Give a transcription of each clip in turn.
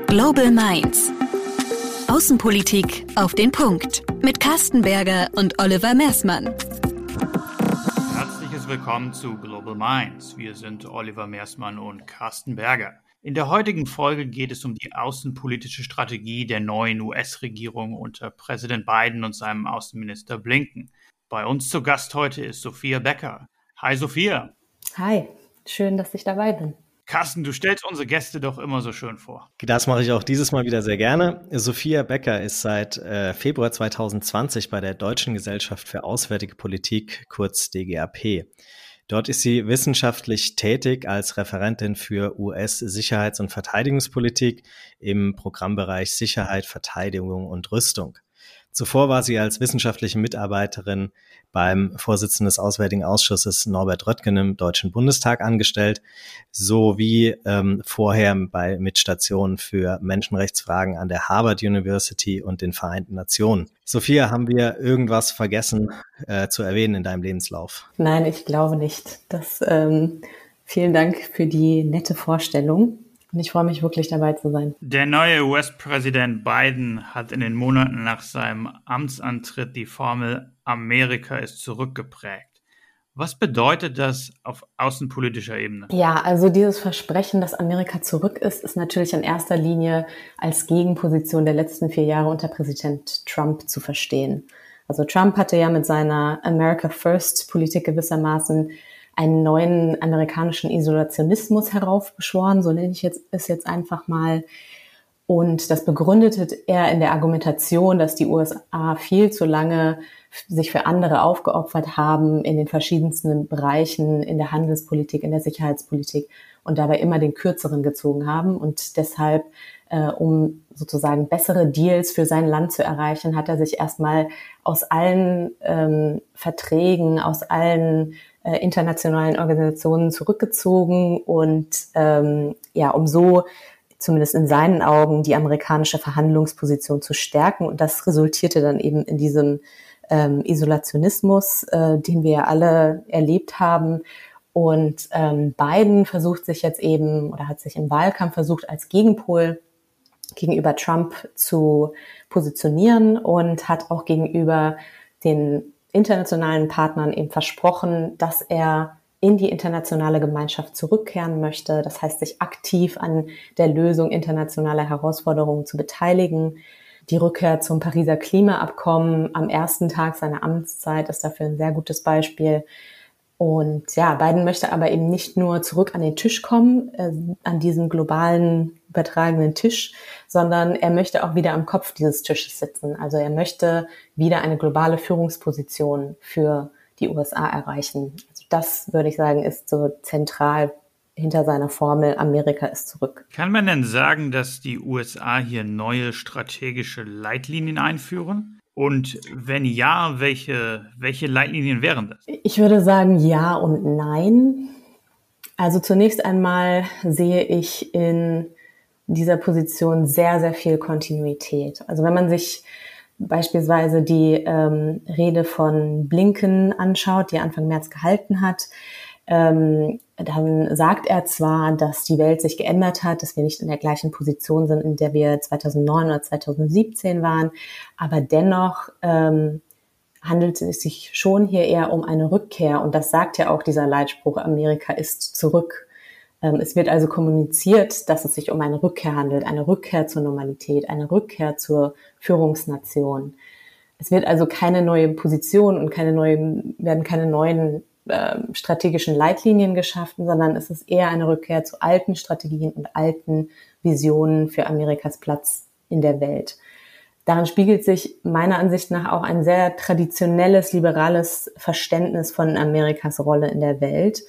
Global Minds. Außenpolitik auf den Punkt. Mit Carsten Berger und Oliver Mersmann. Herzliches Willkommen zu Global Minds. Wir sind Oliver Mersmann und Carsten Berger. In der heutigen Folge geht es um die außenpolitische Strategie der neuen US-Regierung unter Präsident Biden und seinem Außenminister Blinken. Bei uns zu Gast heute ist Sophia Becker. Hi Sophia. Hi, schön, dass ich dabei bin. Carsten, du stellst unsere Gäste doch immer so schön vor. Das mache ich auch dieses Mal wieder sehr gerne. Sophia Becker ist seit Februar 2020 bei der Deutschen Gesellschaft für Auswärtige Politik, kurz DGAP. Dort ist sie wissenschaftlich tätig als Referentin für US-Sicherheits- und Verteidigungspolitik im Programmbereich Sicherheit, Verteidigung und Rüstung. Zuvor war sie als wissenschaftliche Mitarbeiterin beim Vorsitzenden des Auswärtigen Ausschusses Norbert Röttgen im Deutschen Bundestag angestellt, sowie vorher mit Stationen für Menschenrechtsfragen an der Harvard University und den Vereinten Nationen. Sophia, haben wir irgendwas vergessen zu erwähnen in deinem Lebenslauf? Nein, ich glaube nicht. Vielen Dank für die nette Vorstellung. Und ich freue mich wirklich, dabei zu sein. Der neue US-Präsident Biden hat in den Monaten nach seinem Amtsantritt die Formel Amerika ist zurückgeprägt. Was bedeutet das auf außenpolitischer Ebene? Ja, also dieses Versprechen, dass Amerika zurück ist natürlich in erster Linie als Gegenposition der letzten 4 Jahre unter Präsident Trump zu verstehen. Also Trump hatte ja mit seiner America First-Politik gewissermaßen einen neuen amerikanischen Isolationismus heraufbeschworen, so nenne ich es jetzt einfach mal. Und das begründete er in der Argumentation, dass die USA viel zu lange sich für andere aufgeopfert haben in den verschiedensten Bereichen, in der Handelspolitik, in der Sicherheitspolitik und dabei immer den Kürzeren gezogen haben. Und deshalb, um sozusagen bessere Deals für sein Land zu erreichen, hat er sich erstmal aus allen Verträgen, aus allen internationalen Organisationen zurückgezogen und um so zumindest in seinen Augen die amerikanische Verhandlungsposition zu stärken. Und das resultierte dann eben in diesem Isolationismus, den wir ja alle erlebt haben. Und Biden versucht sich jetzt eben oder hat sich im Wahlkampf versucht, als Gegenpol gegenüber Trump zu positionieren und hat auch gegenüber den internationalen Partnern eben versprochen, dass er in die internationale Gemeinschaft zurückkehren möchte. Das heißt, sich aktiv an der Lösung internationaler Herausforderungen zu beteiligen. Die Rückkehr zum Pariser Klimaabkommen am ersten Tag seiner Amtszeit ist dafür ein sehr gutes Beispiel. Und ja, Biden möchte aber eben nicht nur zurück an den Tisch kommen, an diesen globalen übertragenen Tisch, sondern er möchte auch wieder am Kopf dieses Tisches sitzen. Also er möchte wieder eine globale Führungsposition für die USA erreichen. Also das, würde ich sagen, ist so zentral hinter seiner Formel Amerika ist zurück. Kann man denn sagen, dass die USA hier neue strategische Leitlinien einführen? Und wenn ja, welche Leitlinien wären das? Ich würde sagen ja und nein. Also zunächst einmal sehe ich in dieser Position sehr, sehr viel Kontinuität. Also wenn man sich beispielsweise die Rede von Blinken anschaut, die er Anfang März gehalten hat, dann sagt er zwar, dass die Welt sich geändert hat, dass wir nicht in der gleichen Position sind, in der wir 2009 oder 2017 waren, aber dennoch handelt es sich schon hier eher um eine Rückkehr und das sagt ja auch dieser Leitspruch, Amerika ist zurück. Es wird also kommuniziert, dass es sich um eine Rückkehr handelt, eine Rückkehr zur Normalität, eine Rückkehr zur Führungsnation. Es wird also keine neue Position und werden keine neuen strategischen Leitlinien geschaffen, sondern es ist eher eine Rückkehr zu alten Strategien und alten Visionen für Amerikas Platz in der Welt. Darin spiegelt sich meiner Ansicht nach auch ein sehr traditionelles, liberales Verständnis von Amerikas Rolle in der Welt.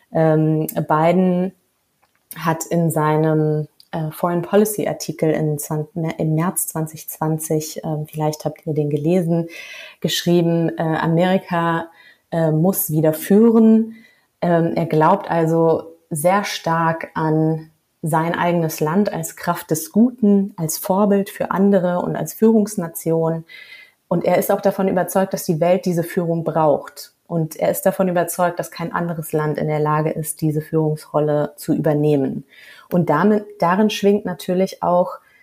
Biden hat in seinem Foreign Policy Artikel im März 2020, vielleicht habt ihr den gelesen, geschrieben, Amerika muss wieder führen. Er glaubt also sehr stark an sein eigenes Land als Kraft des Guten, als Vorbild für andere und als Führungsnation. Und er ist auch davon überzeugt, dass die Welt diese Führung braucht. Und er ist davon überzeugt, dass kein anderes Land in der Lage ist, diese Führungsrolle zu übernehmen. Und darin schwingt natürlich auch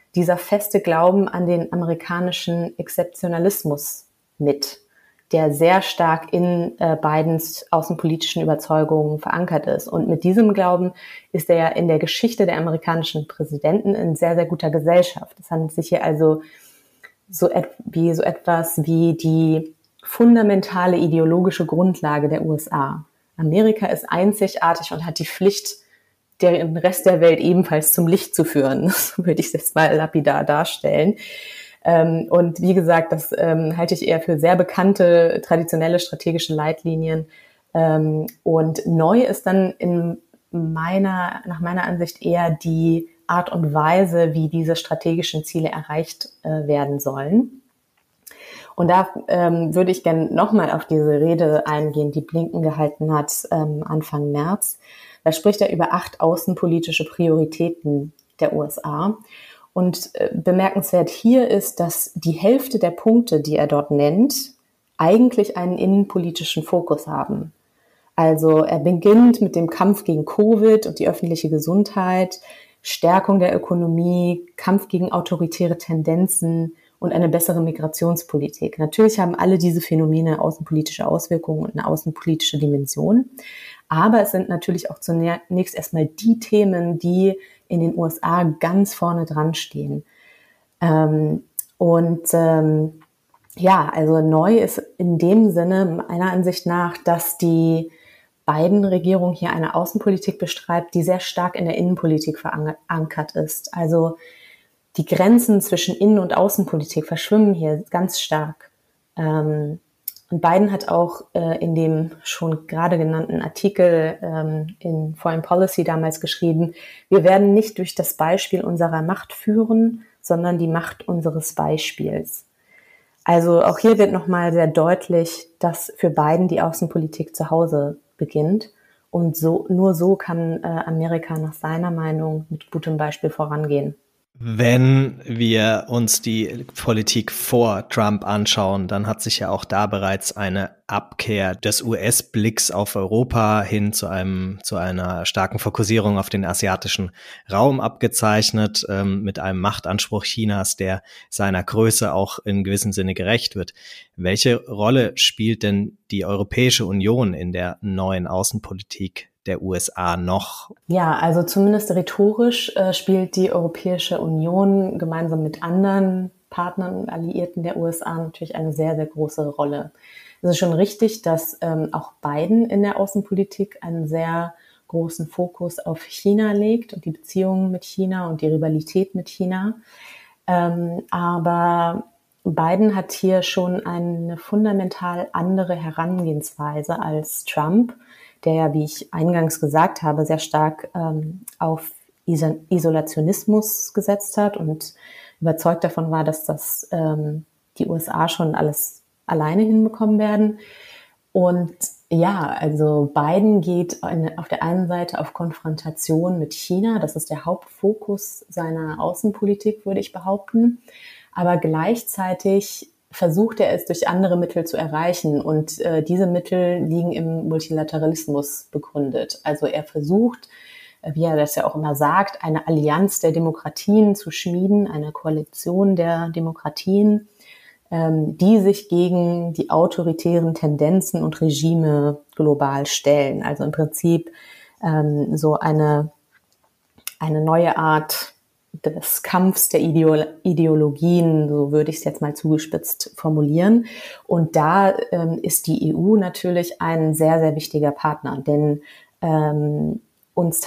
dieser feste Glauben an den amerikanischen Exzeptionalismus mit, der sehr stark in Bidens außenpolitischen Überzeugungen verankert ist. Und mit diesem Glauben ist er ja in der Geschichte der amerikanischen Präsidenten in sehr, sehr guter Gesellschaft. Es handelt sich hier also so etwas wie die fundamentale ideologische Grundlage der USA. Amerika ist einzigartig und hat die Pflicht, den Rest der Welt ebenfalls zum Licht zu führen. So würde ich es jetzt mal lapidar darstellen. Und wie gesagt, das halte ich eher für sehr bekannte, traditionelle strategische Leitlinien. Und neu ist dann nach meiner Ansicht eher die Art und Weise, wie diese strategischen Ziele erreicht werden sollen. Und da würde ich gerne nochmal auf diese Rede eingehen, die Blinken gehalten hat Anfang März. Da spricht er über 8 außenpolitische Prioritäten der USA. Und bemerkenswert hier ist, dass die Hälfte der Punkte, die er dort nennt, eigentlich einen innenpolitischen Fokus haben. Also er beginnt mit dem Kampf gegen Covid und die öffentliche Gesundheit, Stärkung der Ökonomie, Kampf gegen autoritäre Tendenzen und eine bessere Migrationspolitik. Natürlich haben alle diese Phänomene außenpolitische Auswirkungen und eine außenpolitische Dimension. Aber es sind natürlich auch zunächst erstmal die Themen, die in den USA ganz vorne dran stehen. Also neu ist in dem Sinne meiner Ansicht nach, dass die Biden-Regierung hier eine Außenpolitik betreibt, die sehr stark in der Innenpolitik verankert ist. Also die Grenzen zwischen Innen- und Außenpolitik verschwimmen hier ganz stark. Und Biden hat auch in dem schon gerade genannten Artikel in Foreign Policy damals geschrieben, wir werden nicht durch das Beispiel unserer Macht führen, sondern die Macht unseres Beispiels. Also auch hier wird nochmal sehr deutlich, dass für Biden die Außenpolitik zu Hause beginnt. Und nur so kann Amerika nach seiner Meinung mit gutem Beispiel vorangehen. Wenn wir uns die Politik vor Trump anschauen, dann hat sich ja auch da bereits eine Abkehr des US-Blicks auf Europa hin zu einer starken Fokussierung auf den asiatischen Raum abgezeichnet, mit einem Machtanspruch Chinas, der seiner Größe auch in gewissem Sinne gerecht wird. Welche Rolle spielt denn die Europäische Union in der neuen Außenpolitik der USA noch? Ja, also zumindest rhetorisch spielt die Europäische Union gemeinsam mit anderen Partnern und Alliierten der USA natürlich eine sehr, sehr große Rolle. Es ist schon richtig, dass auch Biden in der Außenpolitik einen sehr großen Fokus auf China legt und die Beziehungen mit China und die Rivalität mit China. Aber Biden hat hier schon eine fundamental andere Herangehensweise als Trump, der ja, wie ich eingangs gesagt habe, sehr stark auf Isolationismus gesetzt hat und überzeugt davon war, dass das die USA schon alles alleine hinbekommen werden. Und ja, also Biden geht auf der einen Seite auf Konfrontation mit China. Das ist der Hauptfokus seiner Außenpolitik, würde ich behaupten. Aber gleichzeitig versucht er es durch andere Mittel zu erreichen. Und diese Mittel liegen im Multilateralismus begründet. Also er versucht, wie er das ja auch immer sagt, eine Allianz der Demokratien zu schmieden, eine Koalition der Demokratien, die sich gegen die autoritären Tendenzen und Regime global stellen. Also im Prinzip so eine neue Art des Kampfs der Ideologien, so würde ich es jetzt mal zugespitzt formulieren. Und da ist die EU natürlich ein sehr, sehr wichtiger Partner, denn uns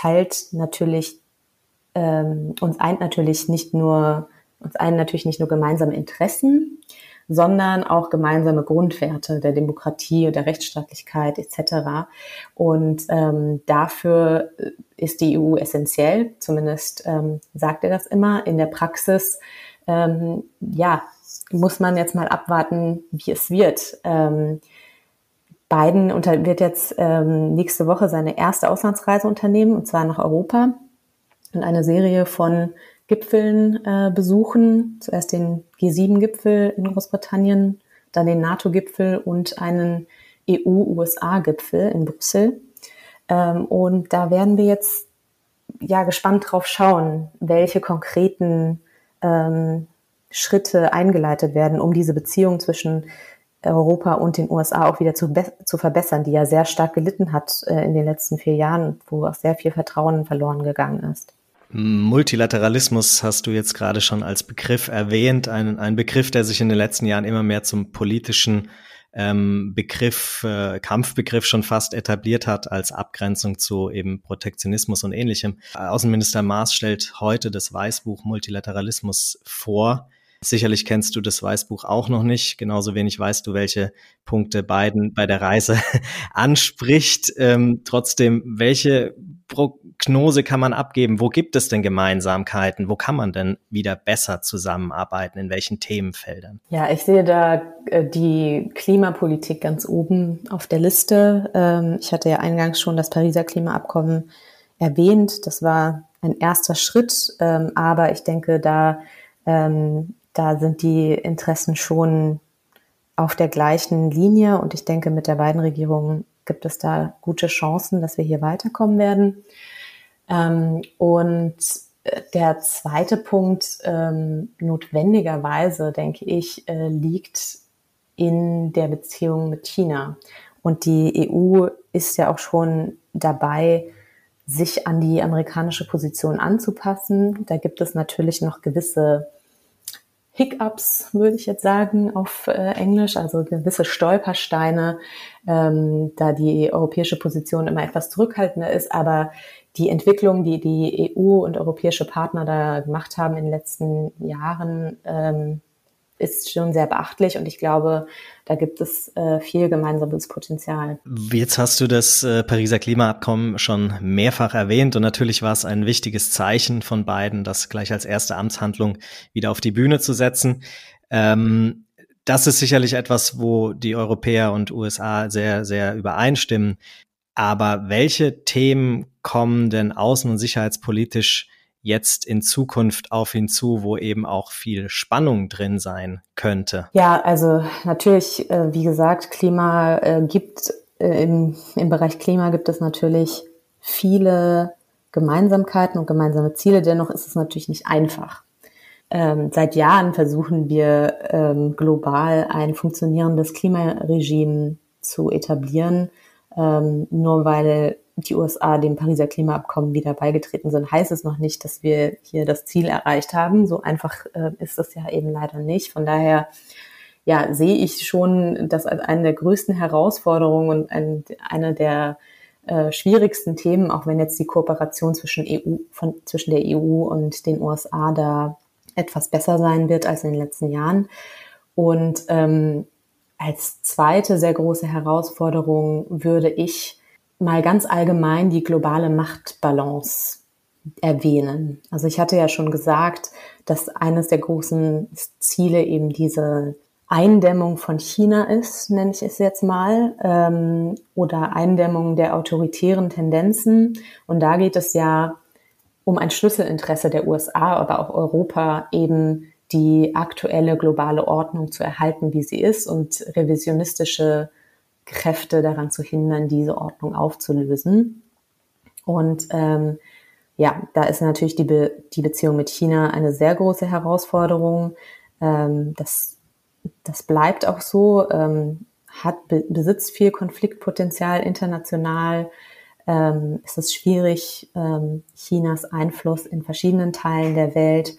eint natürlich nicht nur gemeinsame Interessen, sondern auch gemeinsame Grundwerte der Demokratie und der Rechtsstaatlichkeit etc. Und dafür ist die EU essentiell, zumindest sagt er das immer. In der Praxis muss man jetzt mal abwarten, wie es wird. Biden wird jetzt nächste Woche seine erste Auslandsreise unternehmen, und zwar nach Europa, und eine Serie von Gipfeln besuchen. Zuerst den G7-Gipfel in Großbritannien, dann den NATO-Gipfel und einen EU-USA-Gipfel in Brüssel. Und da werden wir jetzt gespannt drauf schauen, welche konkreten Schritte eingeleitet werden, um diese Beziehung zwischen Europa und den USA auch wieder zu verbessern, die ja sehr stark gelitten hat in den letzten 4 Jahren, wo auch sehr viel Vertrauen verloren gegangen ist. Multilateralismus hast du jetzt gerade schon als Begriff erwähnt, ein Begriff, der sich in den letzten Jahren immer mehr zum politischen Begriff, Kampfbegriff schon fast etabliert hat als Abgrenzung zu eben Protektionismus und Ähnlichem. Außenminister Maas stellt heute das Weißbuch Multilateralismus vor. Sicherlich kennst du das Weißbuch auch noch nicht. Genauso wenig weißt du, welche Punkte Biden bei der Reise anspricht. Trotzdem, welche Prognose kann man abgeben? Wo gibt es denn Gemeinsamkeiten? Wo kann man denn wieder besser zusammenarbeiten? In welchen Themenfeldern? Ja, ich sehe da die Klimapolitik ganz oben auf der Liste. Ich hatte ja eingangs schon das Pariser Klimaabkommen erwähnt. Das war ein erster Schritt, aber ich denke, da sind die Interessen schon auf der gleichen Linie und ich denke, mit der Biden-Regierung gibt es da gute Chancen, dass wir hier weiterkommen werden. Und der zweite Punkt, notwendigerweise, denke ich, liegt in der Beziehung mit China. Und die EU ist ja auch schon dabei, sich an die amerikanische Position anzupassen. Da gibt es natürlich noch gewisse Hiccups, würde ich jetzt sagen, auf Englisch, also gewisse Stolpersteine, da die europäische Position immer etwas zurückhaltender ist. Aber die Entwicklung, die die EU und europäische Partner da gemacht haben in den letzten Jahren, ist schon sehr beachtlich und ich glaube, da gibt es viel gemeinsames Potenzial. Jetzt hast du das Pariser Klimaabkommen schon mehrfach erwähnt und natürlich war es ein wichtiges Zeichen von Biden, das gleich als erste Amtshandlung wieder auf die Bühne zu setzen. Das ist sicherlich etwas, wo die Europäer und USA sehr, sehr übereinstimmen. Aber welche Themen kommen denn außen- und sicherheitspolitisch jetzt in Zukunft auf ihn zu, wo eben auch viel Spannung drin sein könnte? Ja, also natürlich, wie gesagt, im Bereich Klima gibt es natürlich viele Gemeinsamkeiten und gemeinsame Ziele. Dennoch ist es natürlich nicht einfach. Seit Jahren versuchen wir global ein funktionierendes Klimaregime zu etablieren. Nur weil die USA dem Pariser Klimaabkommen wieder beigetreten sind, heißt es noch nicht, dass wir hier das Ziel erreicht haben. So einfach ist es ja eben leider nicht. Von daher sehe ich schon das als eine der größten Herausforderungen und eine der schwierigsten Themen, auch wenn jetzt die Kooperation zwischen der EU und den USA da etwas besser sein wird als in den letzten Jahren. Und als zweite sehr große Herausforderung würde ich mal ganz allgemein die globale Machtbalance erwähnen. Also ich hatte ja schon gesagt, dass eines der großen Ziele eben diese Eindämmung von China ist, nenne ich es jetzt mal, oder Eindämmung der autoritären Tendenzen. Und da geht es ja um ein Schlüsselinteresse der USA, aber auch Europa, eben die aktuelle globale Ordnung zu erhalten, wie sie ist, und revisionistische Kräfte daran zu hindern, diese Ordnung aufzulösen. Und da ist natürlich die Beziehung mit China eine sehr große Herausforderung. Das bleibt auch so, besitzt viel Konfliktpotenzial international. Es ist schwierig, Chinas Einfluss in verschiedenen Teilen der Welt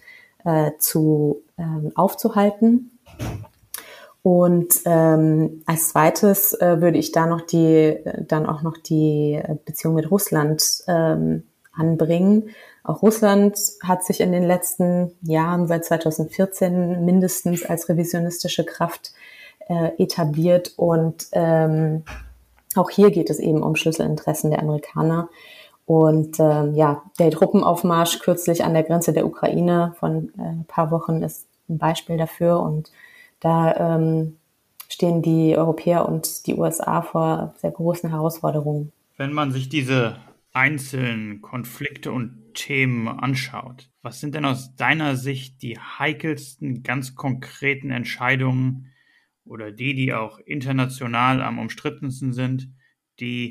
aufzuhalten. Und als zweites würde ich da dann auch noch die Beziehung mit Russland anbringen. Auch Russland hat sich in den letzten Jahren, seit 2014 mindestens, als revisionistische Kraft etabliert. Und auch hier geht es eben um Schlüsselinteressen der Amerikaner. Und der Truppenaufmarsch kürzlich an der Grenze der Ukraine von ein paar Wochen ist ein Beispiel dafür. Und da stehen die Europäer und die USA vor sehr großen Herausforderungen. Wenn man sich diese einzelnen Konflikte und Themen anschaut, was sind denn aus deiner Sicht die heikelsten, ganz konkreten Entscheidungen oder die auch international am umstrittensten sind, die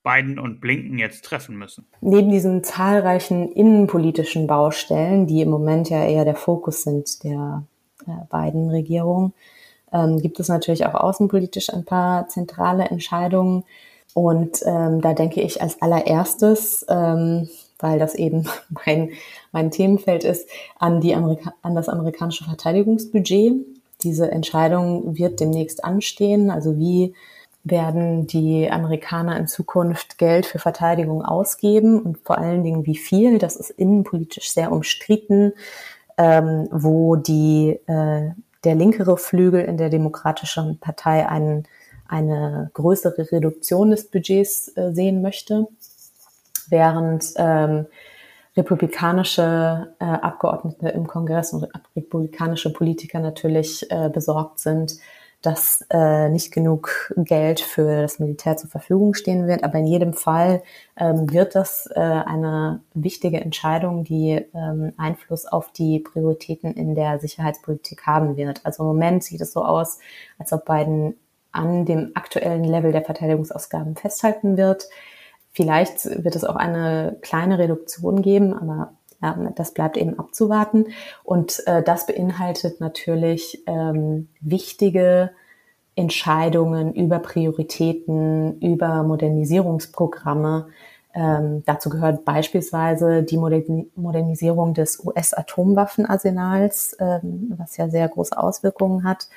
Biden und Blinken jetzt treffen müssen? Neben diesen zahlreichen innenpolitischen Baustellen, die im Moment ja eher der Fokus sind der Biden-Regierung, gibt es natürlich auch außenpolitisch ein paar zentrale Entscheidungen. Und da denke ich als allererstes, weil das eben mein Themenfeld ist, an das amerikanische Verteidigungsbudget. Diese Entscheidung wird demnächst anstehen. Also wie werden die Amerikaner in Zukunft Geld für Verteidigung ausgeben und vor allen Dingen wie viel? Das ist innenpolitisch sehr umstritten, wo der linkere Flügel in der Demokratischen Partei eine größere Reduktion des Budgets sehen möchte, während republikanische Abgeordnete im Kongress und republikanische Politiker natürlich besorgt sind, dass nicht genug Geld für das Militär zur Verfügung stehen wird. Aber in jedem Fall wird das eine wichtige Entscheidung, die Einfluss auf die Prioritäten in der Sicherheitspolitik haben wird. Also im Moment sieht es so aus, als ob Biden an dem aktuellen Level der Verteidigungsausgaben festhalten wird. Vielleicht wird es auch eine kleine Reduktion geben, aber ja, das bleibt eben abzuwarten. Und das beinhaltet natürlich wichtige Entscheidungen über Prioritäten, über Modernisierungsprogramme. Dazu gehört beispielsweise die Modernisierung des US-Atomwaffenarsenals, was ja sehr große Auswirkungen hat.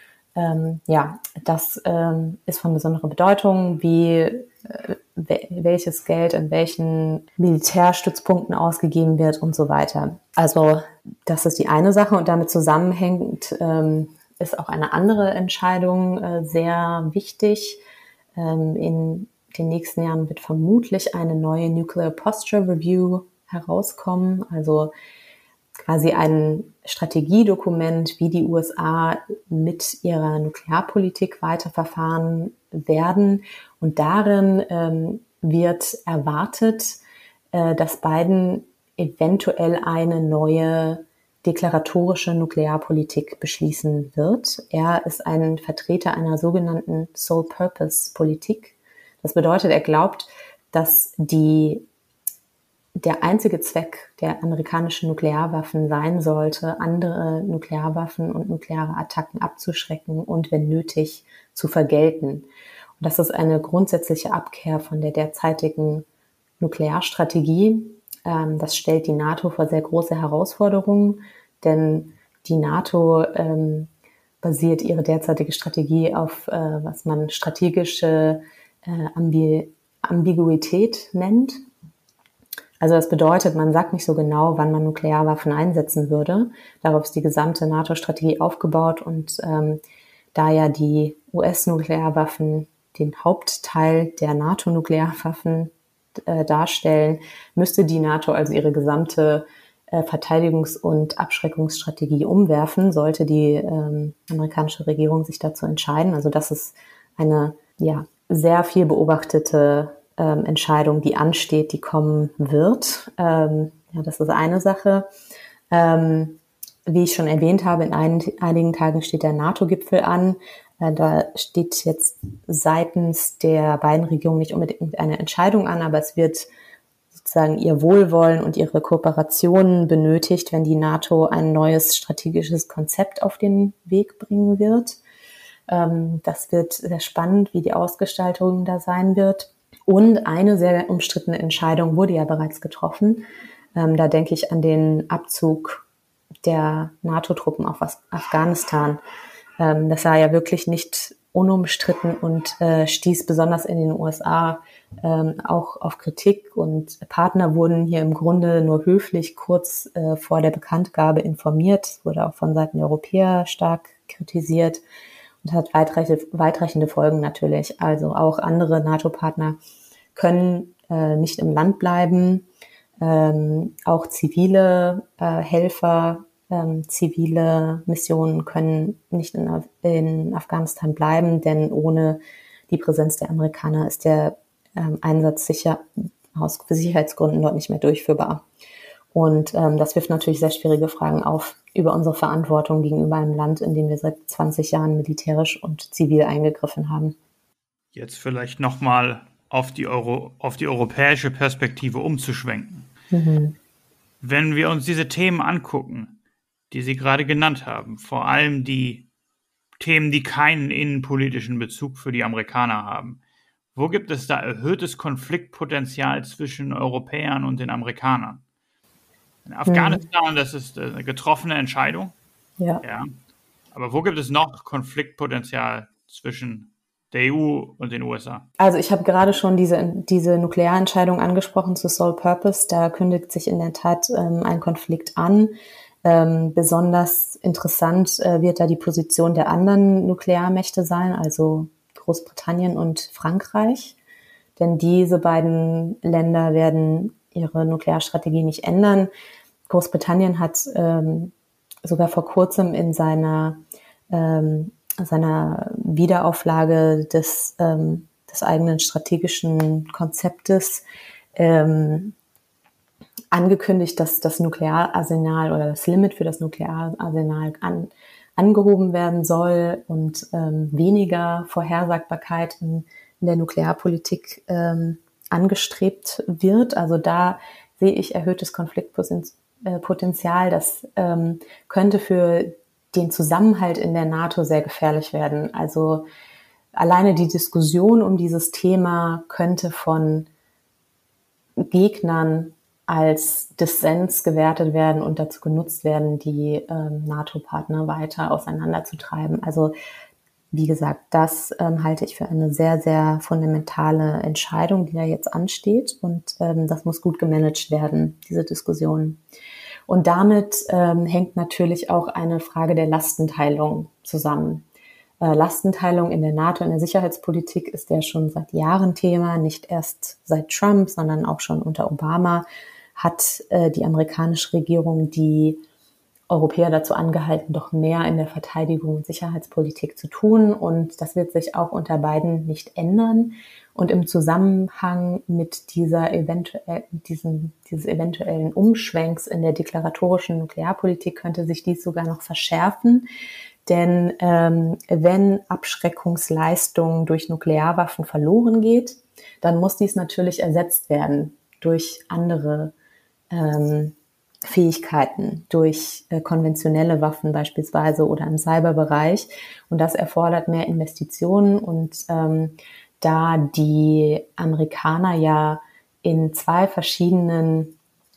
Das ist von besonderer Bedeutung, welches Geld in welchen Militärstützpunkten ausgegeben wird und so weiter. Also das ist die eine Sache und damit zusammenhängend ist auch eine andere Entscheidung sehr wichtig. In den nächsten Jahren wird vermutlich eine neue Nuclear Posture Review herauskommen, also quasi ein Strategiedokument, wie die USA mit ihrer Nuklearpolitik weiterverfahren werden. Und darin wird erwartet, dass Biden eventuell eine neue deklaratorische Nuklearpolitik beschließen wird. Er ist ein Vertreter einer sogenannten Sole-Purpose-Politik. Das bedeutet, er glaubt, dass der einzige Zweck der amerikanischen Nuklearwaffen sein sollte, andere Nuklearwaffen und nukleare Attacken abzuschrecken und, wenn nötig, zu vergelten. Und das ist eine grundsätzliche Abkehr von der derzeitigen Nuklearstrategie. Das stellt die NATO vor sehr große Herausforderungen, denn die NATO basiert ihre derzeitige Strategie auf, was man strategische Ambiguität nennt. Also das bedeutet, man sagt nicht so genau, wann man Nuklearwaffen einsetzen würde. Darauf ist die gesamte NATO-Strategie aufgebaut und da ja die US-Nuklearwaffen den Hauptteil der NATO-Nuklearwaffen darstellen, müsste die NATO also ihre gesamte Verteidigungs- und Abschreckungsstrategie umwerfen, sollte die amerikanische Regierung sich dazu entscheiden. Also das ist eine sehr viel beobachtete Entscheidung, die ansteht, die kommen wird. Das ist eine Sache. Wie ich schon erwähnt habe, in einigen Tagen steht der NATO-Gipfel an. Da steht jetzt seitens der beiden Regierungen nicht unbedingt eine Entscheidung an, aber es wird sozusagen ihr Wohlwollen und ihre Kooperation benötigt, wenn die NATO ein neues strategisches Konzept auf den Weg bringen wird. Das wird sehr spannend, wie die Ausgestaltung da sein wird. Und eine sehr umstrittene Entscheidung wurde ja bereits getroffen. Da denke ich an den Abzug der NATO-Truppen auf Afghanistan. Das war ja wirklich nicht unumstritten und stieß besonders in den USA auch auf Kritik. Und Partner wurden hier im Grunde nur höflich kurz vor der Bekanntgabe informiert. Es wurde auch von Seiten der Europäer stark kritisiert und hat weitreichende Folgen natürlich. Also auch andere NATO-Partner können nicht im Land bleiben. Auch zivile Helfer, zivile Missionen können nicht in Afghanistan bleiben, denn ohne die Präsenz der Amerikaner ist der Einsatz aus Sicherheitsgründen dort nicht mehr durchführbar. Und das wirft natürlich sehr schwierige Fragen auf über unsere Verantwortung gegenüber einem Land, in dem wir seit 20 Jahren militärisch und zivil eingegriffen haben. Jetzt vielleicht nochmal auf die europäische Perspektive umzuschwenken. Mhm. Wenn wir uns diese Themen angucken, die Sie gerade genannt haben, vor allem die Themen, die keinen innenpolitischen Bezug für die Amerikaner haben, wo gibt es da erhöhtes Konfliktpotenzial zwischen Europäern und den Amerikanern? In Afghanistan, das ist eine getroffene Entscheidung, Ja. ja. Aber wo gibt es noch Konfliktpotenzial zwischen der EU und den USA? Also ich habe gerade schon diese Nuklearentscheidung angesprochen zu Sole Purpose. Da kündigt sich in der Tat ein Konflikt an. Besonders interessant wird da die Position der anderen Nuklearmächte sein, also Großbritannien und Frankreich. Denn diese beiden Länder werden ihre Nuklearstrategie nicht ändern. Großbritannien hat sogar vor kurzem in seiner Wiederauflage des eigenen strategischen Konzeptes angekündigt, dass das Nukleararsenal oder das Limit für das Nukleararsenal angehoben werden soll und weniger Vorhersagbarkeit in der Nuklearpolitik angestrebt wird. Also da sehe ich erhöhtes Konfliktpotenzial. Das könnte für den Zusammenhalt in der NATO sehr gefährlich werden. Also alleine die Diskussion um dieses Thema könnte von Gegnern als Dissens gewertet werden und dazu genutzt werden, die NATO-Partner weiter auseinanderzutreiben. Also wie gesagt, das halte ich für eine sehr, sehr fundamentale Entscheidung, die da jetzt ansteht. Und das muss gut gemanagt werden, diese Diskussion. Und damit hängt natürlich auch eine Frage der Lastenteilung zusammen. Lastenteilung in der NATO, in der Sicherheitspolitik ist ja schon seit Jahren Thema, nicht erst seit Trump, sondern auch schon unter Obama hat die amerikanische Regierung die Europäer dazu angehalten, doch mehr in der Verteidigung und Sicherheitspolitik zu tun. Und das wird sich auch unter Biden nicht ändern. Und im Zusammenhang mit dieses eventuellen Umschwenks in der deklaratorischen Nuklearpolitik könnte sich dies sogar noch verschärfen. Denn wenn Abschreckungsleistung durch Nuklearwaffen verloren geht, dann muss dies natürlich ersetzt werden durch andere Fähigkeiten, durch konventionelle Waffen beispielsweise oder im Cyberbereich. Und das erfordert mehr Investitionen. Und da die Amerikaner ja in zwei verschiedenen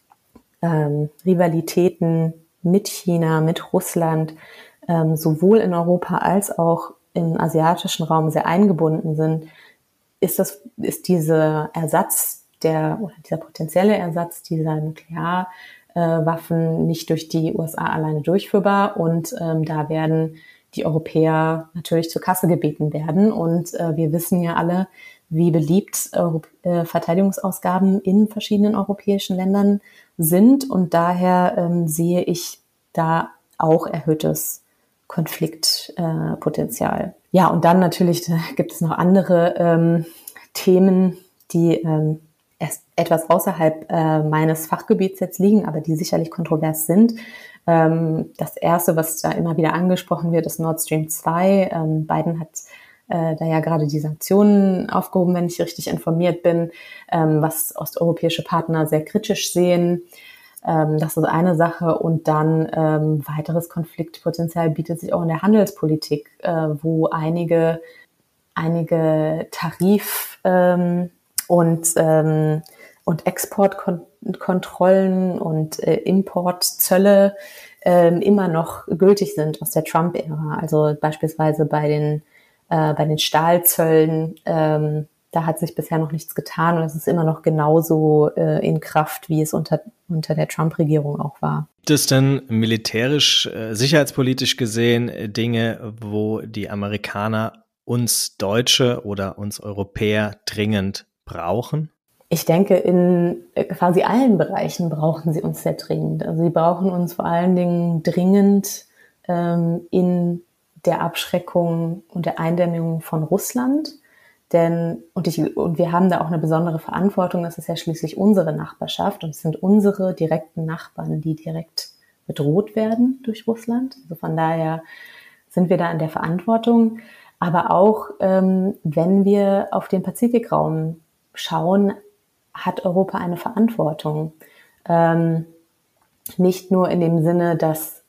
Rivalitäten mit China, mit Russland, sowohl in Europa als auch im asiatischen Raum sehr eingebunden sind, ist dieser potenzielle Ersatz dieser Nuklearwaffen nicht durch die USA alleine durchführbar. Und da werden die Europäer natürlich zur Kasse gebeten werden. Und wir wissen ja alle, wie beliebt Verteidigungsausgaben in verschiedenen europäischen Ländern sind. Und daher sehe ich da auch erhöhtes Konfliktpotenzial. Ja, und dann natürlich gibt es noch andere Themen, die erst etwas außerhalb meines Fachgebiets jetzt liegen, aber die sicherlich kontrovers sind. Das erste, was da immer wieder angesprochen wird, ist Nord Stream 2. Biden hat da ja gerade die Sanktionen aufgehoben, wenn ich richtig informiert bin, was osteuropäische Partner sehr kritisch sehen. Das ist eine Sache. Und dann weiteres Konfliktpotenzial bietet sich auch in der Handelspolitik, wo einige Tarif- und Exportkontrollen und Importzölle immer noch gültig sind aus der Trump-Ära. Also beispielsweise bei den Stahlzöllen, da hat sich bisher noch nichts getan und es ist immer noch genauso in Kraft, wie es unter der Trump-Regierung auch war. Gibt es denn militärisch, sicherheitspolitisch gesehen Dinge, wo die Amerikaner uns Deutsche oder uns Europäer dringend brauchen? Ich denke, in quasi allen Bereichen brauchen sie uns sehr dringend. Also sie brauchen uns vor allen Dingen dringend in der Abschreckung und der Eindämmung von Russland. Und wir haben da auch eine besondere Verantwortung. Das ist ja schließlich unsere Nachbarschaft und es sind unsere direkten Nachbarn, die direkt bedroht werden durch Russland. Also von daher sind wir da in der Verantwortung. Aber auch, wenn wir auf den Pazifikraum schauen, hat Europa eine Verantwortung. Nicht nur in dem Sinne, dass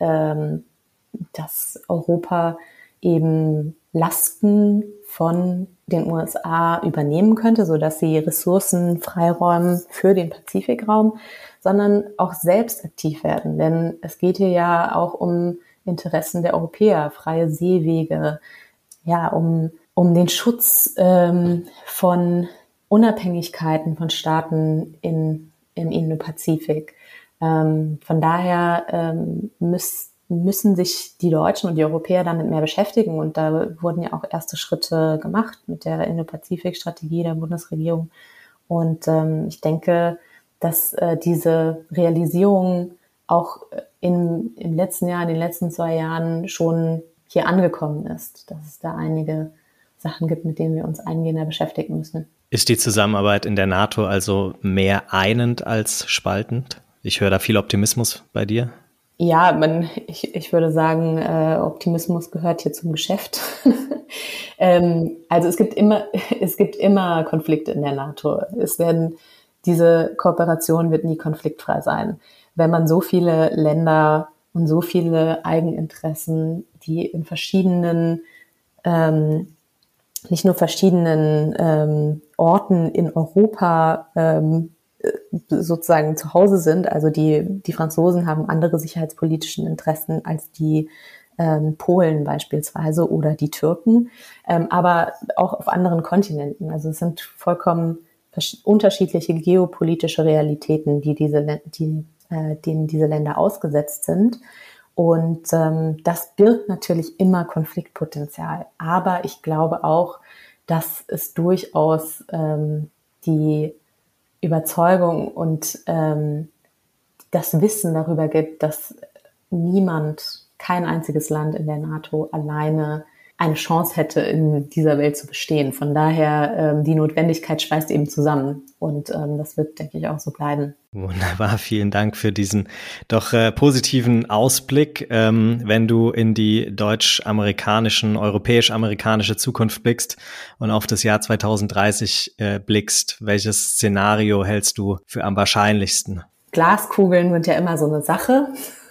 Europa eben Lasten von den USA übernehmen könnte, sodass sie Ressourcen freiräumen für den Pazifikraum, sondern auch selbst aktiv werden. Denn es geht hier ja auch um Interessen der Europäer, freie Seewege, ja, um den Schutz von Unabhängigkeiten von Staaten im Indopazifik. Von daher müssen sich die Deutschen und die Europäer damit mehr beschäftigen. Und da wurden ja auch erste Schritte gemacht mit der Indo-Pazifik-Strategie der Bundesregierung. Und ich denke, dass diese Realisierung auch im letzten Jahr, in den letzten 2 Jahren schon hier angekommen ist, dass es da einige Sachen gibt, mit denen wir uns eingehender beschäftigen müssen. Ist die Zusammenarbeit in der NATO also mehr einend als spaltend? Ich höre da viel Optimismus bei dir. Ja, ich würde sagen, Optimismus gehört hier zum Geschäft. Also es gibt immer Konflikte in der NATO. Diese Kooperation wird nie konfliktfrei sein. Wenn man so viele Länder und so viele Eigeninteressen, die in verschiedenen, nicht nur verschiedenen Orten in Europa sozusagen zu Hause sind. Also die Franzosen haben andere sicherheitspolitischen Interessen als die Polen beispielsweise oder die Türken, aber auch auf anderen Kontinenten. Also es sind vollkommen unterschiedliche geopolitische Realitäten, denen diese Länder ausgesetzt sind. Und das birgt natürlich immer Konfliktpotenzial. Aber ich glaube auch, dass es durchaus die Überzeugung und das Wissen darüber gibt, dass kein einziges Land in der NATO alleine eine Chance hätte, in dieser Welt zu bestehen. Von daher, die Notwendigkeit schweißt eben zusammen. Und das wird, denke ich, auch so bleiben. Wunderbar, vielen Dank für diesen doch positiven Ausblick. Wenn du in die europäisch-amerikanische Zukunft blickst und auf das Jahr 2030 blickst, welches Szenario hältst du für am wahrscheinlichsten? Glaskugeln sind ja immer so eine Sache.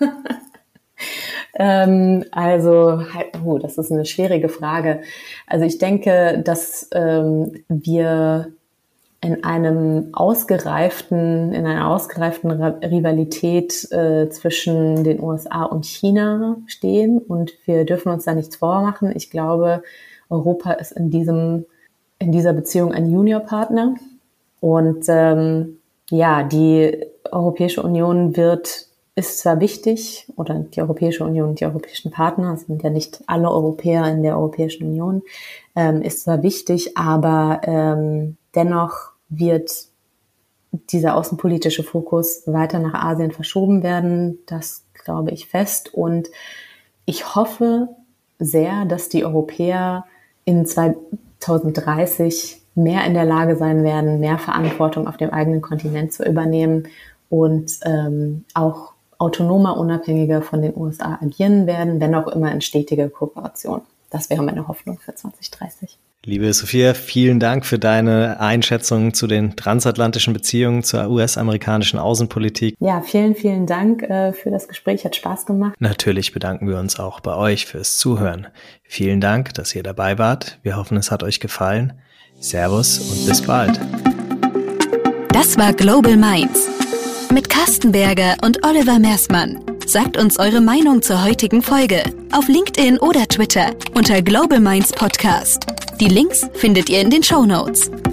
Das ist eine schwierige Frage. Also ich denke, dass wir in einer ausgereiften Rivalität zwischen den USA und China stehen und wir dürfen uns da nichts vormachen. Ich glaube, Europa ist in dieser Beziehung ein Juniorpartner und die Europäische Union ist zwar wichtig, oder die Europäische Union und die europäischen Partner, es sind ja nicht alle Europäer in der Europäischen Union, ist zwar wichtig, aber dennoch wird dieser außenpolitische Fokus weiter nach Asien verschoben werden. Das glaube ich fest. Und ich hoffe sehr, dass die Europäer in 2030 mehr in der Lage sein werden, mehr Verantwortung auf dem eigenen Kontinent zu übernehmen und auch autonomer, unabhängiger von den USA agieren werden, wenn auch immer in stetiger Kooperation. Das wäre meine Hoffnung für 2030. Liebe Sophia, vielen Dank für deine Einschätzung zu den transatlantischen Beziehungen, zur US-amerikanischen Außenpolitik. Ja, vielen, vielen Dank für das Gespräch. Hat Spaß gemacht. Natürlich bedanken wir uns auch bei euch fürs Zuhören. Vielen Dank, dass ihr dabei wart. Wir hoffen, es hat euch gefallen. Servus und bis bald. Das war Global Minds mit Carsten Berger und Oliver Mersmann. Sagt uns eure Meinung zur heutigen Folge auf LinkedIn oder Twitter unter Global Minds Podcast. Die Links findet ihr in den Shownotes.